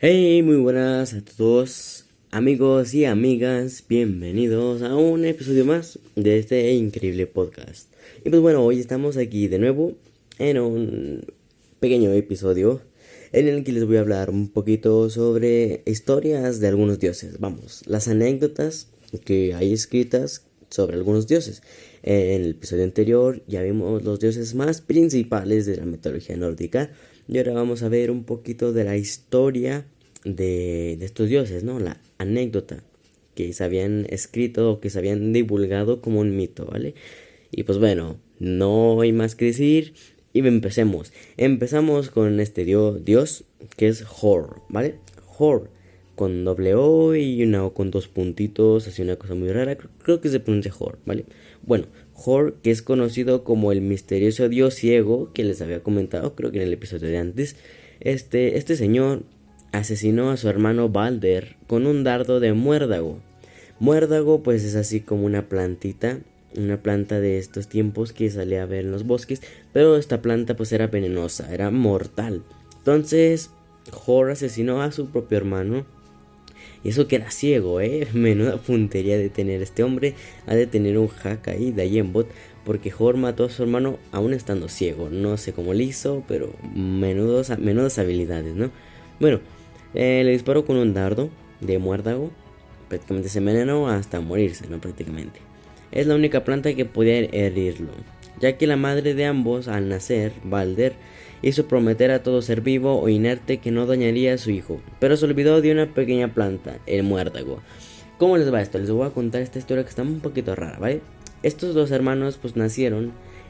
Hey, muy buenas a todos, amigos y amigas, bienvenidos a un episodio más de este increíble podcast. Y pues bueno, hoy estamos aquí de nuevo en un pequeño episodio en el que les voy a hablar un poquito sobre historias de algunos dioses. Vamos, las anécdotas que hay escritas sobre algunos dioses. En el episodio anterior ya vimos los dioses más principales de la mitología nórdica. Y ahora vamos a ver un poquito de la historia de estos dioses, ¿no? La anécdota que se habían escrito o que se habían divulgado como un mito, ¿vale? Y pues bueno, no hay más que decir y empecemos. Empezamos con este dios que es Hor, ¿vale? Hor, con doble O y una O con dos puntitos, así una cosa muy rara, creo que se pronuncia Hor, ¿vale? Bueno, Hor, que es conocido como el misterioso dios ciego, que les había comentado, creo que en el episodio de antes, este señor asesinó a su hermano Balder con un dardo de muérdago. Muérdago pues es así como una plantita, una planta de estos tiempos que salía a ver en los bosques, pero esta planta pues era venenosa, era mortal. Entonces Hor asesinó a su propio hermano. Y eso que era ciego, menuda puntería de tener este hombre. Ha de tener un hack ahí de Aimbot, porque Hor mató a su hermano aún estando ciego. No sé cómo lo hizo, pero menudas habilidades, ¿no? Bueno, le disparó con un dardo de muérdago. Prácticamente se envenenó hasta morirse, ¿no? Prácticamente. Es la única planta que podía herirlo, ya que la madre de ambos, al nacer, Balder, hizo prometer a todo ser vivo o inerte que no dañaría a su hijo, pero se olvidó de una pequeña planta, el muérdago. ¿Cómo les va esto? Les voy a contar esta historia que está un poquito rara, ¿vale? Estos dos hermanos pues nacieron.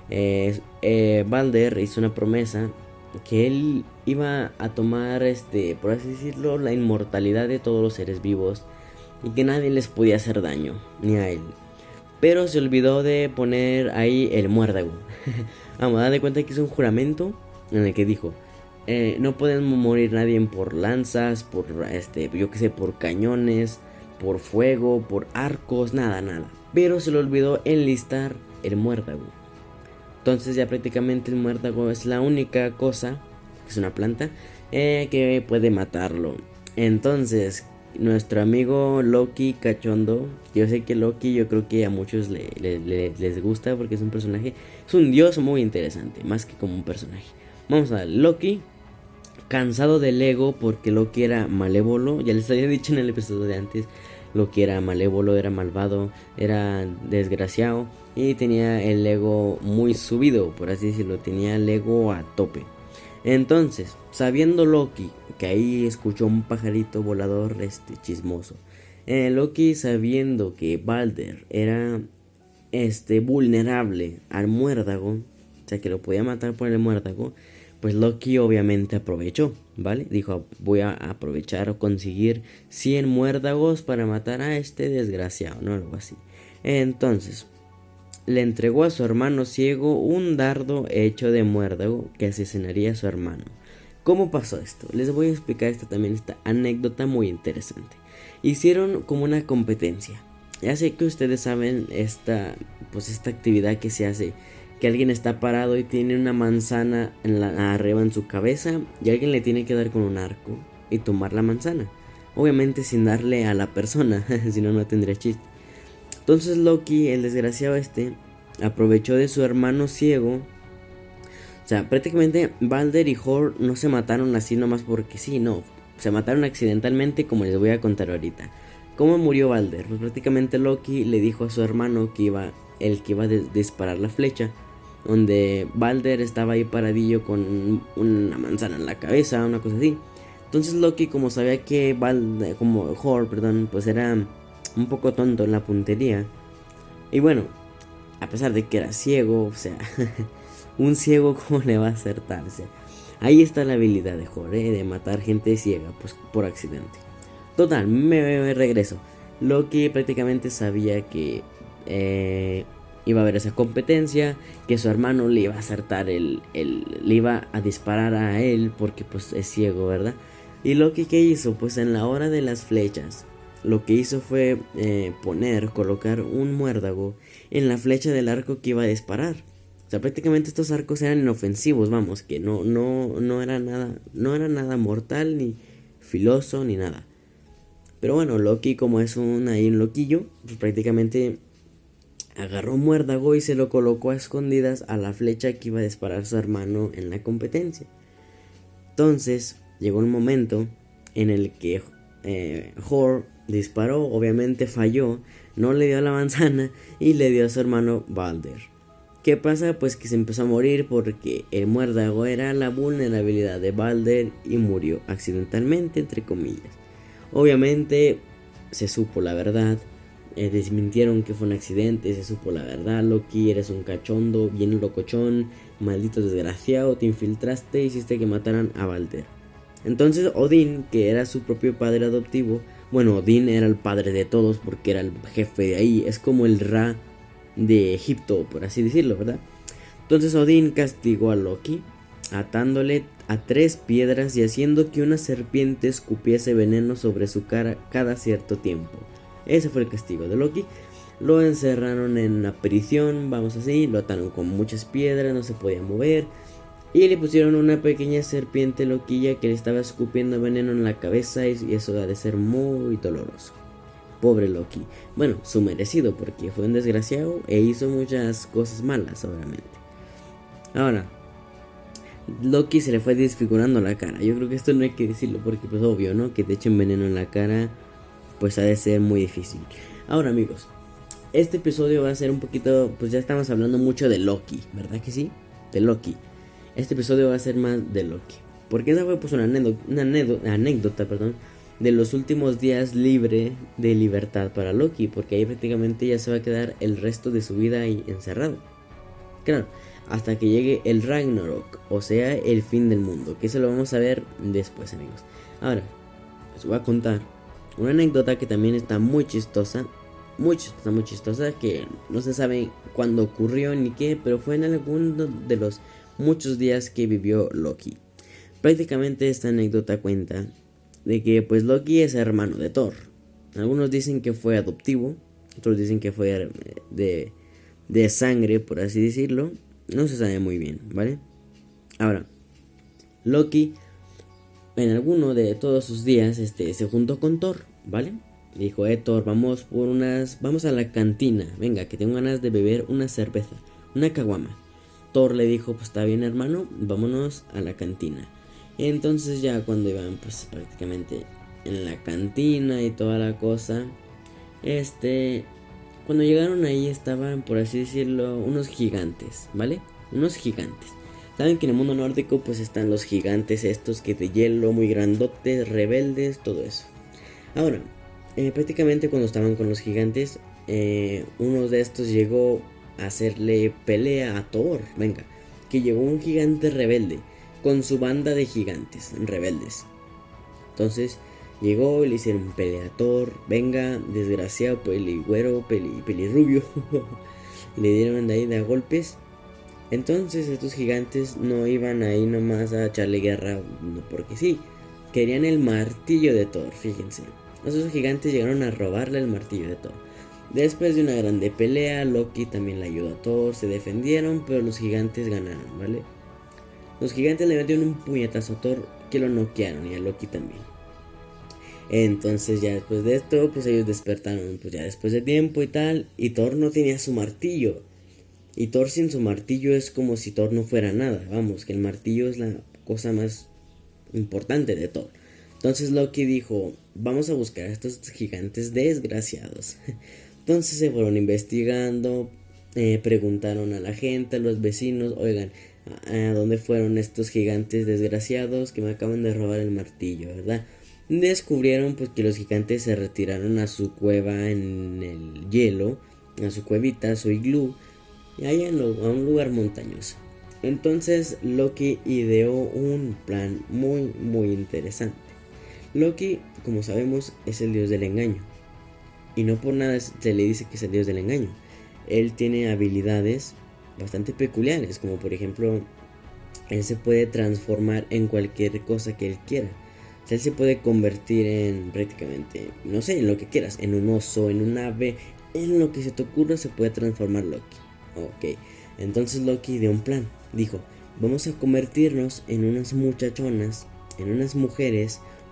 Balder hizo una promesa que él iba a tomar, por así decirlo, la inmortalidad de todos los seres vivos y que nadie les podía hacer daño, ni a él. Pero se olvidó de poner ahí el muérdago. Vamos, a dar de cuenta que es un juramento en el que dijo: no pueden morir nadie por lanzas, por yo que sé, por cañones, por fuego, por arcos, nada. Pero se le olvidó enlistar el muérdago. Entonces ya prácticamente el muérdago es la única cosa, que es una planta, que puede matarlo. Entonces, nuestro amigo Loki cachondo, yo sé que Loki yo creo que a muchos les gusta porque es un personaje, es un dios muy interesante, más que como un personaje. Vamos a ver, Loki, cansado del ego porque Loki era malévolo, ya les había dicho en el episodio de antes, Loki era malévolo, era malvado, era desgraciado y tenía el ego muy subido, por así decirlo, tenía el ego a tope. Entonces, sabiendo Loki que ahí escuchó un pajarito volador chismoso, Loki sabiendo que Balder era vulnerable al muérdago, o sea que lo podía matar por el muérdago, pues Loki obviamente aprovechó, ¿vale? Dijo: voy a aprovechar o conseguir 100 muérdagos para matar a este desgraciado, ¿no? Algo así. Entonces, le entregó a su hermano ciego un dardo hecho de muérdago que asesinaría a su hermano. ¿Cómo pasó esto? Les voy a explicar esta anécdota muy interesante. Hicieron como una competencia. Ya sé que ustedes saben esta actividad que se hace, que alguien está parado y tiene una manzana arriba en su cabeza y alguien le tiene que dar con un arco y tomar la manzana. Obviamente sin darle a la persona, si no, no tendría chiste. Entonces Loki, el desgraciado aprovechó de su hermano ciego. O sea, prácticamente Balder y Hor no se mataron así nomás porque sí, no. Se mataron accidentalmente, como les voy a contar ahorita. ¿Cómo murió Balder? Pues prácticamente Loki le dijo a su hermano que iba a disparar la flecha, donde Balder estaba ahí paradillo con una manzana en la cabeza, una cosa así. Entonces Loki, como sabía que Hor, perdón, pues era un poco tonto en la puntería. Y bueno, a pesar de que era ciego, o sea, un ciego cómo le va a acertarse. Ahí está la habilidad de Hor, de matar gente ciega, pues por accidente. Total, me regreso. Loki prácticamente sabía que iba a haber esa competencia, que su hermano le iba a acertar le iba a disparar a él porque pues es ciego, ¿verdad? Y Loki, ¿qué hizo? Pues en la hora de las flechas, lo que hizo fue colocar un muérdago en la flecha del arco que iba a disparar. O sea, prácticamente estos arcos eran inofensivos, vamos, que no era nada mortal ni filoso ni nada. Pero bueno, Loki, como es un loquillo, pues prácticamente agarró un muérdago y se lo colocó a escondidas a la flecha que iba a disparar su hermano en la competencia. Entonces llegó un momento en el que Thor disparó, obviamente falló, no le dio a la manzana y le dio a su hermano Balder. ¿Qué pasa? Pues que se empezó a morir porque el muérdago era la vulnerabilidad de Balder y murió accidentalmente, entre comillas. Obviamente se supo la verdad, desmintieron que fue un accidente, se supo la verdad. Loki, eres un cachondo, bien locochón, maldito desgraciado, te infiltraste e hiciste que mataran a Balder. Entonces Odín, que era su propio padre adoptivo, bueno, Odín era el padre de todos porque era el jefe de ahí, es como el Ra de Egipto, por así decirlo, ¿verdad? Entonces Odín castigó a Loki atándole a 3 piedras y haciendo que una serpiente escupiese veneno sobre su cara cada cierto tiempo. Ese fue el castigo de Loki. Lo encerraron en una prisión, vamos así, lo ataron con muchas piedras, no se podía mover. Y le pusieron una pequeña serpiente loquilla que le estaba escupiendo veneno en la cabeza y eso ha de ser muy doloroso. Pobre Loki. Bueno, su merecido porque fue un desgraciado e hizo muchas cosas malas, obviamente. Ahora, Loki se le fue desfigurando la cara. Yo creo que esto no hay que decirlo porque pues obvio, ¿no? Que te echen veneno en la cara pues ha de ser muy difícil. Ahora amigos, este episodio va a ser un poquito, pues ya estamos hablando mucho de Loki, ¿verdad que sí? De Loki. Este episodio va a ser más de Loki. Porque esa fue pues una anécdota, de los últimos días libre de libertad para Loki. Porque ahí prácticamente ya se va a quedar el resto de su vida ahí encerrado. Claro, hasta que llegue el Ragnarok, o sea, el fin del mundo. Que eso lo vamos a ver después, amigos. Ahora, os voy a contar una anécdota que también está muy chistosa. Muy chistosa, que no se sabe cuándo ocurrió ni qué, pero fue en alguno de los muchos días que vivió Loki. Prácticamente esta anécdota cuenta de que pues Loki es hermano de Thor. Algunos dicen que fue adoptivo, otros dicen que fue de sangre, por así decirlo. No se sabe muy bien, ¿vale? Ahora, Loki en alguno de todos sus días se juntó con Thor, ¿vale? Dijo, Thor, vamos a la cantina, venga, que tengo ganas de beber una cerveza, una caguama. Thor le dijo, pues está bien hermano, vámonos a la cantina. Y entonces ya cuando iban pues prácticamente en la cantina y toda la cosa, cuando llegaron ahí estaban, por así decirlo, unos gigantes, ¿vale? Unos gigantes. Saben que en el mundo nórdico pues están los gigantes estos que de hielo, muy grandotes, rebeldes, todo eso. Ahora, prácticamente cuando estaban con los gigantes, uno de estos llegó a hacerle pelea a Thor. Venga, que llegó un gigante rebelde con su banda de gigantes rebeldes. Entonces llegó y le hicieron pelea a Thor. Venga, desgraciado, peligüero, pelirrubio. Le dieron de ahí de a golpes. Entonces estos gigantes no iban ahí nomás a echarle guerra, no porque sí. Querían el martillo de Thor, fíjense. Esos gigantes llegaron a robarle el martillo de Thor. Después de una grande pelea, Loki también le ayudó a Thor, se defendieron, pero los gigantes ganaron, ¿vale? Los gigantes le metieron un puñetazo a Thor que lo noquearon y a Loki también. Entonces ya después de esto, pues ellos despertaron, pues ya después de tiempo y tal, y Thor no tenía su martillo. Y Thor sin su martillo es como si Thor no fuera nada, vamos, que el martillo es la cosa más importante de Thor. Entonces Loki dijo, vamos a buscar a estos gigantes desgraciados. Entonces se fueron investigando, preguntaron a la gente, a los vecinos, oigan, ¿a dónde fueron estos gigantes desgraciados que me acaban de robar el martillo, verdad? Descubrieron pues que los gigantes se retiraron a su cueva en el hielo, a su cuevita, a su iglú, y allá a un lugar montañoso. Entonces Loki ideó un plan muy interesante. Loki, como sabemos, es el dios del engaño. Y no por nada se le dice que es el dios del engaño. Él tiene habilidades bastante peculiares, como por ejemplo, él se puede transformar en cualquier cosa que él quiera. O sea, él se puede convertir en prácticamente, no sé, en lo que quieras, en un oso, en un ave, en lo que se te ocurra se puede transformar Loki. Ok, entonces Loki dio un plan. Dijo, vamos a convertirnos en unas muchachonas, en unas mujeres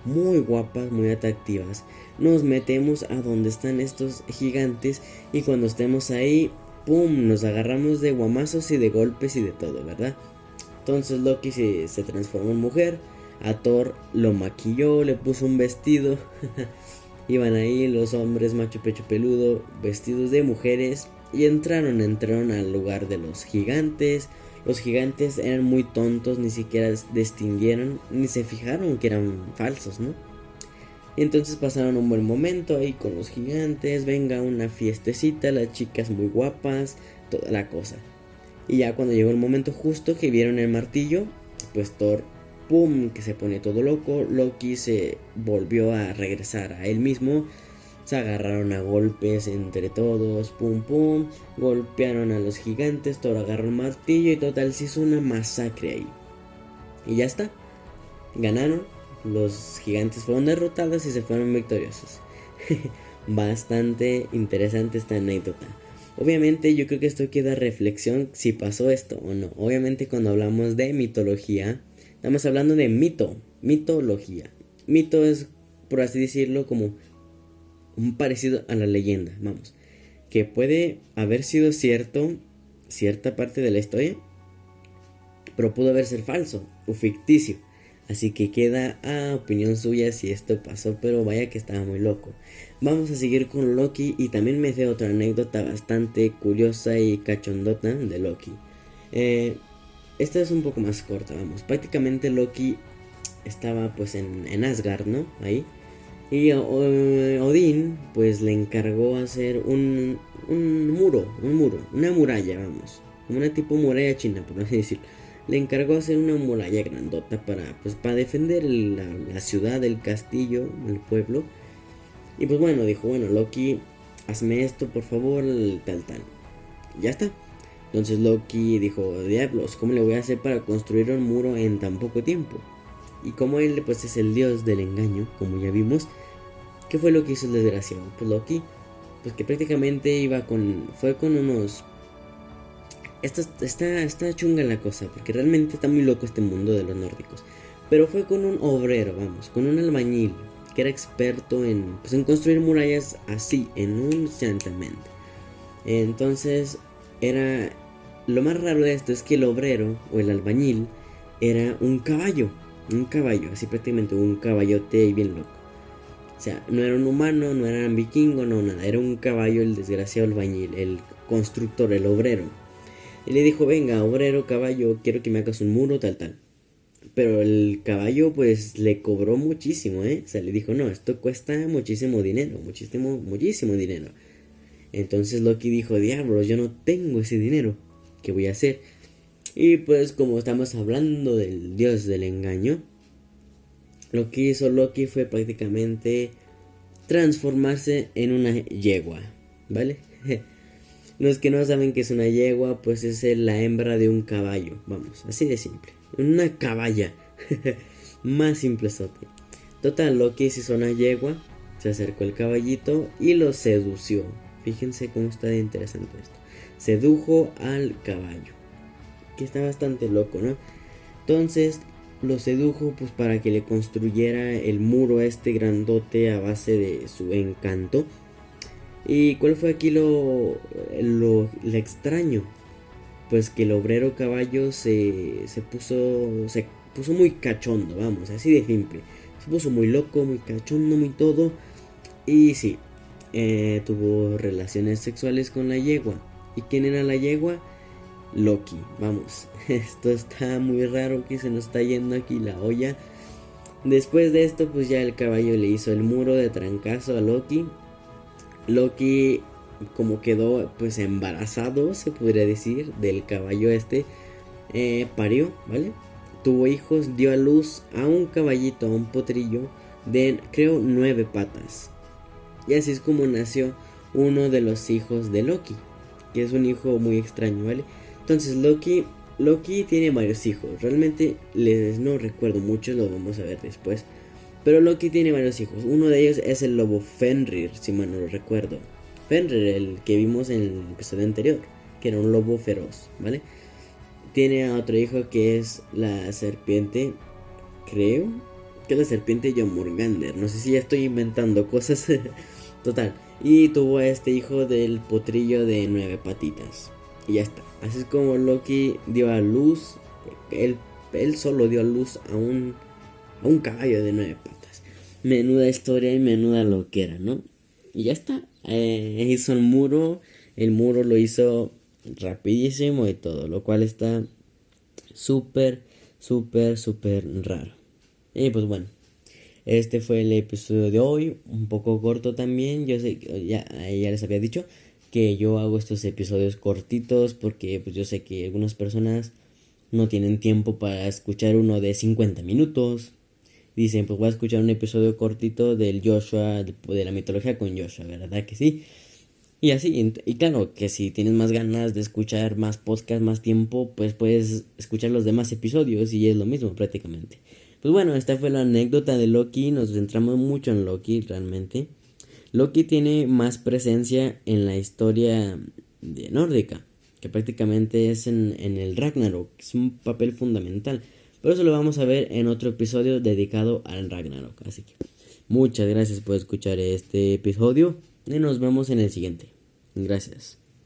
muy guapas, muy atractivas. Nos metemos a donde están estos gigantes y cuando estemos ahí, ¡pum!, nos agarramos de guamazos y de golpes y de todo, ¿verdad? Entonces Loki se transformó en mujer. A Thor lo maquilló, le puso un vestido. Iban ahí los hombres macho pecho peludo vestidos de mujeres y entraron al lugar de los gigantes. Los gigantes eran muy tontos, ni siquiera distinguieron ni se fijaron que eran falsos, ¿no? Y entonces pasaron un buen momento ahí con los gigantes, venga una fiestecita, las chicas muy guapas, toda la cosa. Y ya cuando llegó el momento justo que vieron el martillo, pues Thor, pum, que se pone todo loco. Loki se volvió a regresar a él mismo. Se agarraron a golpes entre todos, pum pum, golpearon a los gigantes, Thor agarró el martillo y total se hizo una masacre ahí. Y ya está, ganaron, los gigantes fueron derrotados y se fueron victoriosos. Bastante interesante esta anécdota. Obviamente yo creo que esto queda reflexión si pasó esto o no. Obviamente cuando hablamos de mitología, estamos hablando de mitología. Mito es, por así decirlo, como un parecido a la leyenda, vamos. Que puede haber sido cierto, cierta parte de la historia, pero pudo haber sido falso o ficticio. Así que queda a opinión suya si esto pasó, pero vaya que estaba muy loco. Vamos a seguir con Loki y también me sé otra anécdota bastante curiosa y cachondota de Loki. Esta es un poco más corta, vamos. Prácticamente Loki estaba pues en Asgard, ¿no? Ahí. Y Odín pues le encargó hacer un muro, una muralla, vamos. Una tipo muralla china, por así decirlo. Le encargó hacer una muralla grandota para defender la ciudad, el castillo, el pueblo. Y pues bueno, dijo, bueno, Loki, hazme esto por favor, tal. Ya está. Entonces Loki dijo, diablos, ¿cómo le voy a hacer para construir un muro en tan poco tiempo? Y como él pues es el dios del engaño, como ya vimos, ¿qué fue lo que hizo el desgraciado? Pues Loki, pues que prácticamente fue con unos... Está chunga la cosa, porque realmente está muy loco este mundo de los nórdicos. Pero fue con un obrero, vamos, con un albañil, que era experto en construir murallas así, en un santiamén. Entonces, lo más raro de esto es que el obrero, o el albañil, era un caballo, así prácticamente un caballote bien loco. O sea, no era un humano, no era un vikingo, no nada, era un caballo el desgraciado albañil, el constructor, el obrero. Y le dijo, venga, obrero, caballo, quiero que me hagas un muro, tal. Pero el caballo pues le cobró muchísimo, O sea, le dijo, no, esto cuesta muchísimo dinero, muchísimo dinero. Entonces Loki dijo, diablos, yo no tengo ese dinero, ¿qué voy a hacer? Y pues como estamos hablando del dios del engaño, lo que hizo Loki fue prácticamente transformarse en una yegua, ¿vale? Los que no saben qué es una yegua, pues es la hembra de un caballo, vamos, así de simple. Una caballa, más simplezote. Total, Loki se hizo una yegua, se acercó al caballito y lo sedució. Fíjense cómo está de interesante esto. Sedujo al caballo, que está bastante loco, ¿no? Entonces lo sedujo pues para que le construyera el muro este grandote a base de su encanto. ¿Y cuál fue aquí lo extraño? Pues que el obrero caballo se puso muy cachondo, vamos, así de simple. Se puso muy loco, muy cachondo, muy todo. Y sí, tuvo relaciones sexuales con la yegua. ¿Y quién era la yegua? Loki, vamos. Esto está muy raro, que se nos está yendo aquí la olla. Después de esto pues ya el caballo le hizo el muro de trancazo a Loki. Loki, como quedó pues embarazado, se podría decir, del caballo este, parió, ¿vale? Tuvo hijos, dio a luz a un caballito, a un potrillo de, creo, 9 patas. Y así es como nació uno de los hijos de Loki, que es un hijo muy extraño, ¿vale? Entonces Loki tiene varios hijos. Realmente no recuerdo mucho, lo vamos a ver después. Pero Loki tiene varios hijos. Uno de ellos es el lobo Fenrir, si mal no lo recuerdo. Fenrir, el que vimos en el episodio anterior, que era un lobo feroz, ¿vale? Tiene a otro hijo que es la serpiente, creo que es la serpiente Jormungandr. No sé si ya estoy inventando cosas. Total. Y tuvo a este hijo del potrillo de 9 patitas. Y ya está. Así es como Loki dio a luz. Él solo dio a luz a un caballo de 9 patas. Menuda historia y menuda loquera, ¿no? Y ya está. Hizo el muro. El muro lo hizo rapidísimo y todo. Lo cual está súper raro. Y pues bueno. Este fue el episodio de hoy, un poco corto también. Yo sé que ya les había dicho que yo hago estos episodios cortitos porque pues yo sé que algunas personas no tienen tiempo para escuchar uno de 50 minutos. Dicen, pues voy a escuchar un episodio cortito del Joshua, de la mitología con Joshua, ¿verdad que sí? Y así, y claro, que si tienes más ganas de escuchar más podcast, más tiempo, pues puedes escuchar los demás episodios y es lo mismo prácticamente. Pues bueno, esta fue la anécdota de Loki, nos centramos mucho en Loki realmente. Loki tiene más presencia en la historia de nórdica, que prácticamente es en el Ragnarok, es un papel fundamental. Pero eso lo vamos a ver en otro episodio dedicado al Ragnarok. Así que muchas gracias por escuchar este episodio y nos vemos en el siguiente. Gracias.